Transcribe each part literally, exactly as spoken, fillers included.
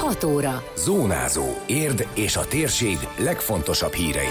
hat óra. Zónázó. Érd és a térség legfontosabb hírei.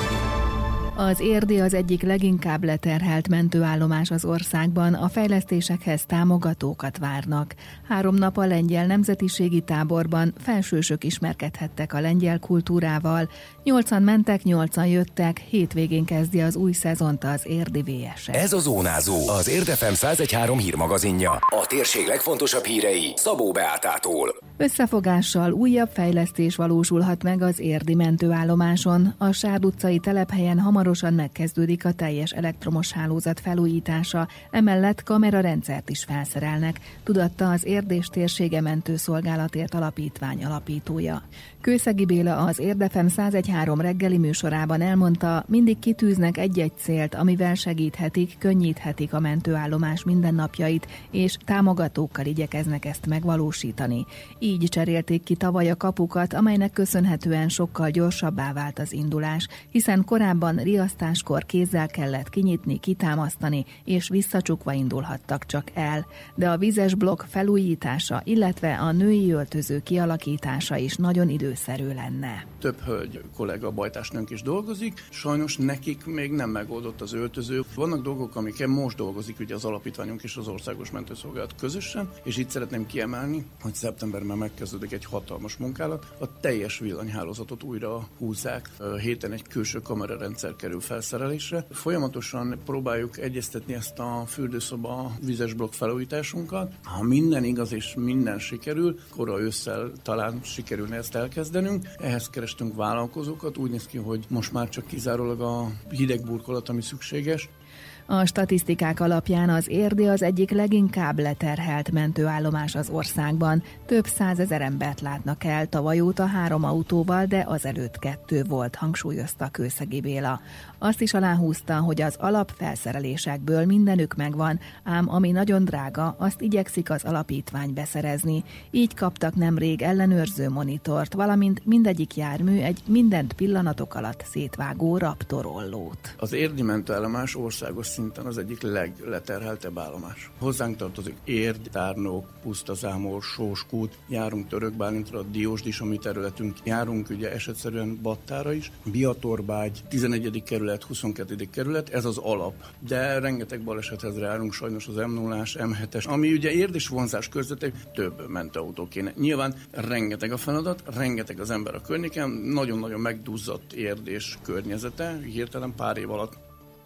Az Érdi az egyik leginkább leterhelt mentőállomás az országban, a fejlesztésekhez támogatókat várnak. Három nap a lengyel nemzetiségi táborban felsősök ismerkedhettek a lengyel kultúrával. Nyolcan mentek, nyolcan jöttek, hétvégén kezdi az új szezont az érdi vé es es. Ez a Zónázó, az Érd ef em száz egy három hírmagazinja. A térség legfontosabb hírei Szabó Beátától. Összefogással újabb fejlesztés valósulhat meg az érdi mentőállomáson. A Sárd utcai telephelyen hamarosan megkezdődik a teljes elektromos hálózat felújítása, emellett kamerarendszert is felszerelnek, tudatta az Érd és Térsége Mentőszolgálatért Alapítvány alapítója. Kőszegi Béla az Érd ef em száz egy három reggeli műsorában elmondta, mindig kitűznek egy-egy célt, amivel segíthetik, könnyíthetik a mentőállomás mindennapjait, és támogatókkal igyekeznek ezt megvalósítani. Így cserélték ki tavaly a kapukat, amelynek köszönhetően sokkal gyorsabbá vált az indulás, hiszen korábban riasztáskor kézzel kellett kinyitni, kitámasztani, és visszacsukva indulhattak csak el. De a vízes blokk felújítása, illetve a női öltöző kialakítása is nagyon időszerű lenne. Több hölgy kollega bajtásnőnk is dolgozik, sajnos nekik még nem megoldott az öltöző. Vannak dolgok, amikkel most dolgozik ugye az alapítványunk és az Országos Mentőszolgálat közösen, és itt szeretném kiemelni, hogy szeptemberben megkezdődik egy hatalmas munkálat, a teljes villanyhálózatot újra húzzák. Héten egy külső kamerarendszer kerül felszerelésre. Folyamatosan próbáljuk egyeztetni ezt a fürdőszoba vízes blokk felújításunkat. Ha minden igaz és minden sikerül, kora ősszel talán sikerülne ezt elkezdenünk. Ehhez kerestünk vállalkozókat, úgy néz ki, hogy most már csak kizárólag a hideg burkolat, ami szükséges. A statisztikák alapján az Érdi az egyik leginkább leterhelt mentőállomás az országban. Több százezer embert látnak el, tavaly óta három autóval, de azelőtt kettő volt, hangsúlyozta Kőszegi Béla. Azt is aláhúzta, hogy az alapfelszerelésekből mindenük megvan, ám ami nagyon drága, azt igyekszik az alapítvány beszerezni. Így kaptak nemrég ellenőrző monitort, valamint mindegyik jármű egy mindent pillanatok alatt szétvágó raptorollót. Az érdi mentőállomás országos szinten az egyik legleterheltebb állomás. Hozzánk tartozik Érd, Tárnok, Pusztazámor, Sóskút, járunk Törökbálintra, Diósdis, a mi területünk, járunk ugye esetszerűen Battára is, Biatorbágy, tizenegyedik kerület, huszonkettedik kerület, ez az alap. De rengeteg balesethez járunk sajnos az em nullás, em hetes, ami ugye Érd és vonzás körzetek, több mentőautó kéne. Nyilván rengeteg a feladat, rengeteg az ember a környéken, nagyon-nagyon megduzzadt Érd és környezete, hirtelen pár év alatt.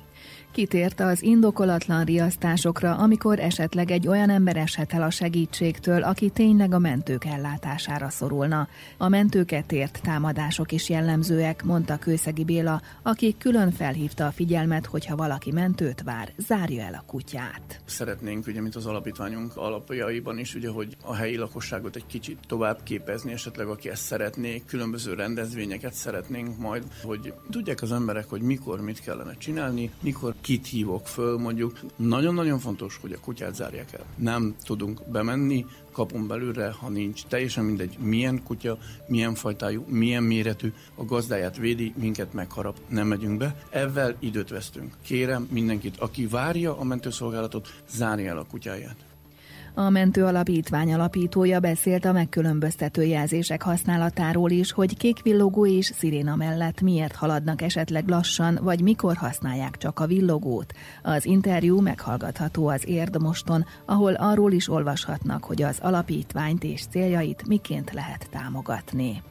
Kitért az indokolatlan riasztásokra, amikor esetleg egy olyan ember eshet el a segítségtől, aki tényleg a mentők ellátására szorulna. A mentőket ért támadások is jellemzőek, mondta Kőszegi Béla, aki külön felhívta a figyelmet, hogyha valaki mentőt vár, zárja el a kutyát. Szeretnénk, ugye, mint az alapítványunk alapjaiban is, ugye, hogy a helyi lakosságot egy kicsit tovább képezni, esetleg aki ezt szeretné, különböző rendezvényeket szeretnénk majd, hogy tudják az emberek, hogy mikor mit kellene csinálni, mikor kit hívok föl, mondjuk. Nagyon-nagyon fontos, hogy a kutyát zárják el. Nem tudunk bemenni kapun belülre, ha nincs. Teljesen mindegy, milyen kutya, milyen fajtájú, milyen méretű, a gazdáját védi, minket megharap, nem megyünk be. Ezzel időt vesztünk. Kérem mindenkit, aki várja a mentőszolgálatot, zárja el a kutyáját. A mentőalapítvány alapítója beszélt a megkülönböztető jelzések használatáról is, hogy kékvillogó és sziréna mellett miért haladnak esetleg lassan, vagy mikor használják csak a villogót. Az interjú meghallgatható az Érd Moston, ahol arról is olvashatnak, hogy az alapítványt és céljait miként lehet támogatni.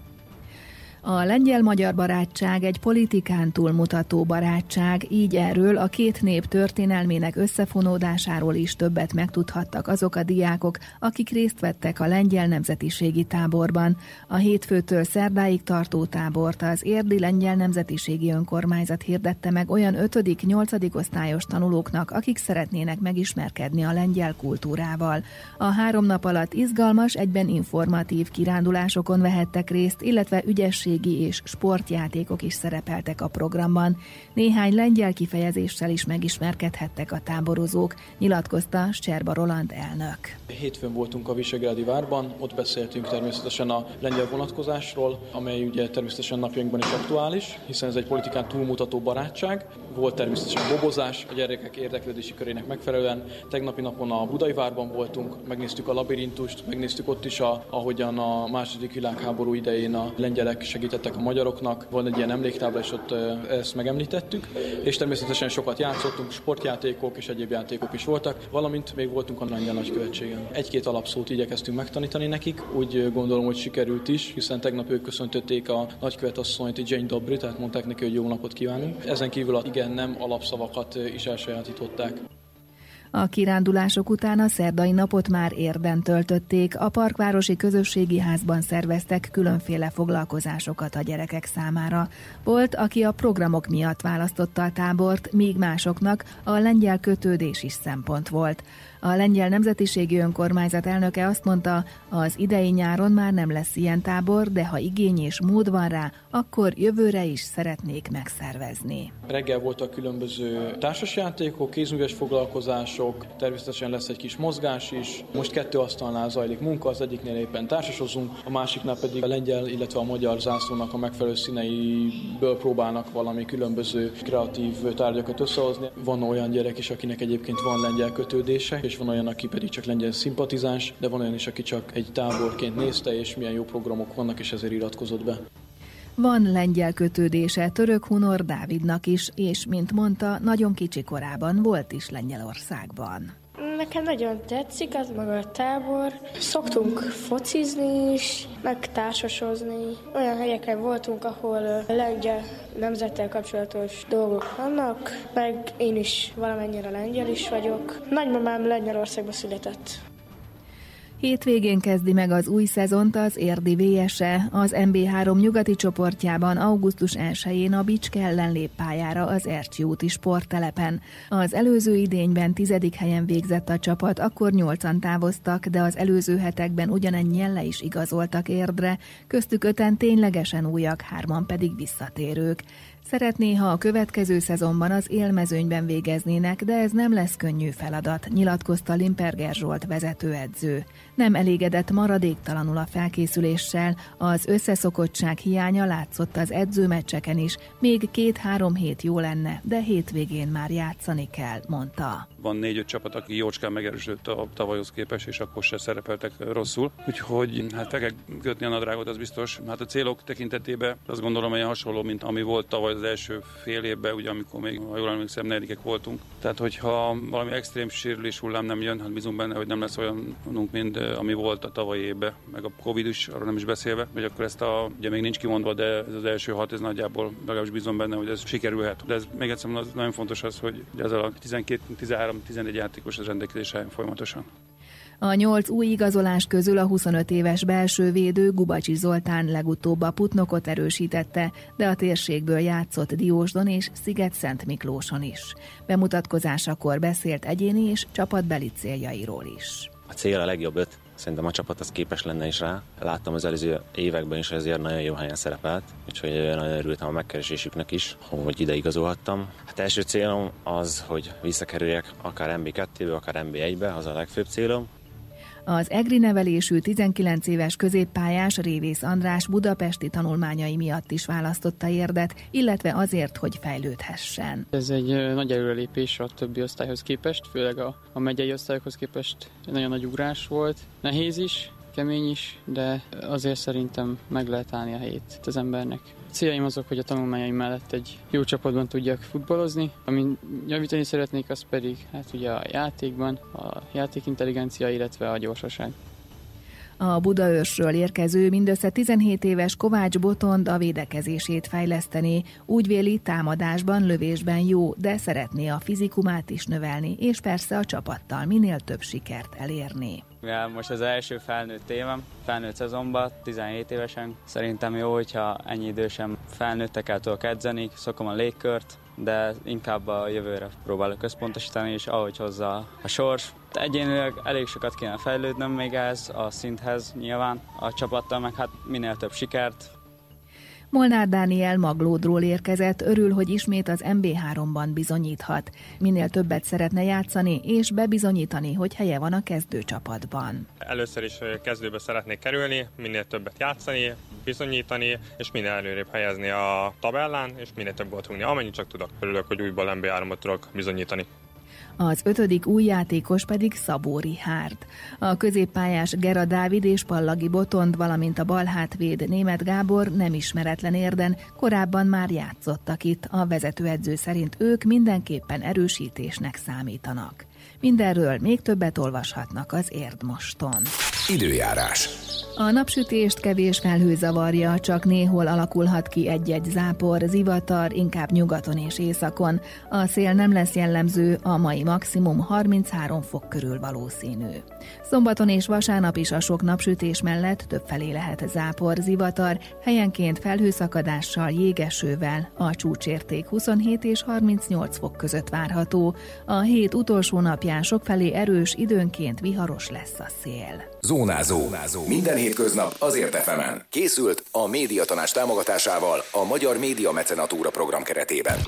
A lengyel-magyar barátság egy politikán túlmutató barátság, így erről a két nép történelmének összefonódásáról is többet megtudhattak azok a diákok, akik részt vettek a lengyel nemzetiségi táborban. A hétfőtől szerdáig tartó tábort az érdi lengyel nemzetiségi önkormányzat hirdette meg olyan ötödik-nyolcadik osztályos tanulóknak, akik szeretnének megismerkedni a lengyel kultúrával. A három nap alatt izgalmas, egyben informatív kirándulásokon vehettek részt, illetve ügyesség közösségi és sportjátékok is szerepeltek a programban. Néhány lengyel kifejezéssel is megismerkedhettek a táborozók, nyilatkozta Szczerba Roland elnök. Hétfőn voltunk a Visegrádi várban, ott beszéltünk természetesen a lengyel vonatkozásról, amely ugye természetesen napjainkban is aktuális, hiszen ez egy politikán túlmutató barátság. Volt természetesen bobozás, a gyerekek érdeklődési körének megfelelően. Tegnapi napon a Budai várban voltunk, megnéztük a labirintust, megnéztük ott is, a, ahogyan a második világháború idején a lengyelek segítettek a magyaroknak. Van egy ilyen emléktábla, és ott ezt megemlítettük. És természetesen sokat játszottunk, sportjátékok és egyéb játékok is voltak, valamint még voltunk a lengyel nagykövetségen. Egy-két alapszót igyekeztünk megtanítani nekik, úgy gondolom, hogy sikerült is, hiszen tegnap ők köszöntötték a nagykövetasszonyt, Jane Dobry, tehát mondták neki, hogy jó napot kívánunk. Ezen kívül a igen-nem alapszavakat is elsajátították. A kirándulások után a szerdai napot már Érden töltötték, a Parkvárosi Közösségi Házban szerveztek különféle foglalkozásokat a gyerekek számára. Volt, aki a programok miatt választotta a tábort, míg másoknak a lengyel kötődés is szempont volt. A lengyel nemzetiségi önkormányzat elnöke azt mondta, az idei nyáron már nem lesz ilyen tábor, de ha igény és mód van rá, akkor jövőre is szeretnék megszervezni. Reggel voltak különböző társasjátékok, kézműves foglalkozások, természetesen lesz egy kis mozgás is. Most kettő asztalnál zajlik munka, az egyiknél éppen társasozunk, a másiknál pedig a lengyel, illetve a magyar zászlónak a megfelelő színeiből próbálnak valami különböző kreatív tárgyakat összehozni. Van olyan gyerek is, akinek egyébként van lengyel kötődése, és van olyan, aki pedig csak lengyel szimpatizáns, de van olyan is, aki csak egy táborként nézte, és milyen jó programok vannak, és ezért iratkozott be. Van lengyel kötődése Török Hunor Dávidnak is, és mint mondta, nagyon kicsi korában volt is Lengyelországban. Nekem nagyon tetszik az maga a tábor. Szoktunk focizni is, meg társasozni. Olyan helyeken voltunk, ahol lengyel nemzettel kapcsolatos dolgok vannak, meg én is valamennyire lengyel is vagyok. Nagymamám Lengyelországban született. Hétvégén kezdi meg az új szezont az érdi vé es e. Az em bé három nyugati csoportjában augusztus elsején a Bicske ellen lép pályára az Ercsi úti sporttelepen. Az előző idényben tizedik helyen végzett a csapat, akkor nyolcan távoztak, de az előző hetekben ugyanennyien le is igazoltak Érdre, köztük öten ténylegesen újak, hárman pedig visszatérők. Szeretné, ha a következő szezonban az élmezőnyben végeznének, de ez nem lesz könnyű feladat, nyilatkozta Limperger Zsolt vezetőedző. Nem elégedett maradéktalanul a felkészüléssel, az összeszokottság hiánya látszott az edzőmeccseken is, még két-három hét jó lenne, de hétvégén már játszani kell, mondta. Van négy-öt csapat, aki jócskán megerősödött a tavalyhoz képest, és akkor se szerepeltek rosszul. Úgyhogy hát fel kell kötni a nadrágot, az biztos. Hát a célok tekintetében azt gondolom, olyan hasonló, mint ami volt tavaly az első fél évben, ugye, amikor még, ha jól emlékszem, negyedikek voltunk. Tehát, hogyha valami extrém sérülés hullám nem jön, hát bízunk benne, hogy nem lesz olyanunk, mint ami volt a tavalyi évben, meg a Covid is, arra nem is beszélve, hogy akkor ezt a, ugye még nincs kimondva, de ez az első hat, ez nagyjából legalábbis bízom benne, hogy ez sikerülhet. De ez még egyszer az nagyon fontos az, hogy ez a tizenkét, tizenhárom, tizenegy játékos az rendelkezésre folyamatosan. A nyolc új igazolás közül a huszonöt éves belső védő Gubacsi Zoltán legutóbb a Putnokot erősítette, de a térségből játszott Diósdon és Sziget-Szent Miklóson is. Bemutatkozásakor beszélt egyéni és csapatbeli céljairól is. A cél a legjobb öt. Szerintem a csapat az képes lenne is rá. Láttam az előző években is, ezért nagyon jó helyen szerepelt, úgyhogy nagyon örültem a megkeresésüknek is, hogy ide igazolhattam. Hát első célom az, hogy visszakerüljek akár em bé kettőbe, akár em bé egybe, az a legfőbb célom. Az egri nevelésű tizenkilenc éves középpályás Révész András budapesti tanulmányai miatt is választotta Érdet, illetve azért, hogy fejlődhessen. Ez egy nagy előrelépés a többi osztályhoz képest, főleg a, a megyei osztályokhoz képest egy nagyon nagy ugrás volt. Nehéz is, kemény is, de azért szerintem meg lehet állni a helyét az embernek. A céljaim azok, hogy a tanulmányaim mellett egy jó csapatban tudjak futballozni. Amin javítani szeretnék, az pedig hát ugye a játékban, a játékintelligencia, illetve a gyorsaság. A Budaörsről érkező mindössze tizenhét éves Kovács Botond a védekezését fejleszteni. Úgy véli, támadásban, lövésben jó, de szeretné a fizikumát is növelni, és persze a csapattal minél több sikert elérni. Mivel most az első felnőtt évem, felnőtt szezonban, tizenhét évesen, szerintem jó, hogyha ennyi idősen felnőttekkel tudok edzeni, szokom a légkört, de inkább a jövőre próbálok összpontosítani, és ahogy hozza a sors. Egyénileg elég sokat kéne fejlődnöm még ehhez a szinthez nyilván, a csapattal meg hát minél több sikert. Molnár Dániel Maglódról érkezett, örül, hogy ismét az em bé háromban bizonyíthat. Minél többet szeretne játszani és bebizonyítani, hogy helye van a kezdőcsapatban. Először is kezdőbe szeretnék kerülni, minél többet játszani, bizonyítani, és minél előrébb helyezni a tabellán, és minél több gólt rúgni. Amennyit csak tudok. Örülök, hogy újból em bé háromot tudok bizonyítani. Az ötödik új játékos pedig Szabó Richárd. A középpályás Gera Dávid és Pallagi Botond, valamint a balhátvéd Németh Gábor nem ismeretlen érden, korábban már játszottak itt, a vezetőedző szerint ők mindenképpen erősítésnek számítanak. Mindenről még többet olvashatnak az Érdmoston. Időjárás. A napsütést kevés felhő zavarja, csak néhol alakulhat ki egy-egy zápor, zivatar, inkább nyugaton és északon. A szél nem lesz jellemző, a mai maximum harminchárom fok körül valószínű. Szombaton és vasárnap is a sok napsütés mellett többfelé lehet zápor, zivatar, helyenként felhőszakadással, jégesővel. A csúcsérték huszonhét és harmincnyolc fok között várható. A hét utolsó napján sokfelé erős, időnként viharos lesz a szél. Zónázó. Zónázó. Minden hétköznap az Ért ef emen. Készült a Médiatanács támogatásával a Magyar Média Mecenatúra program keretében.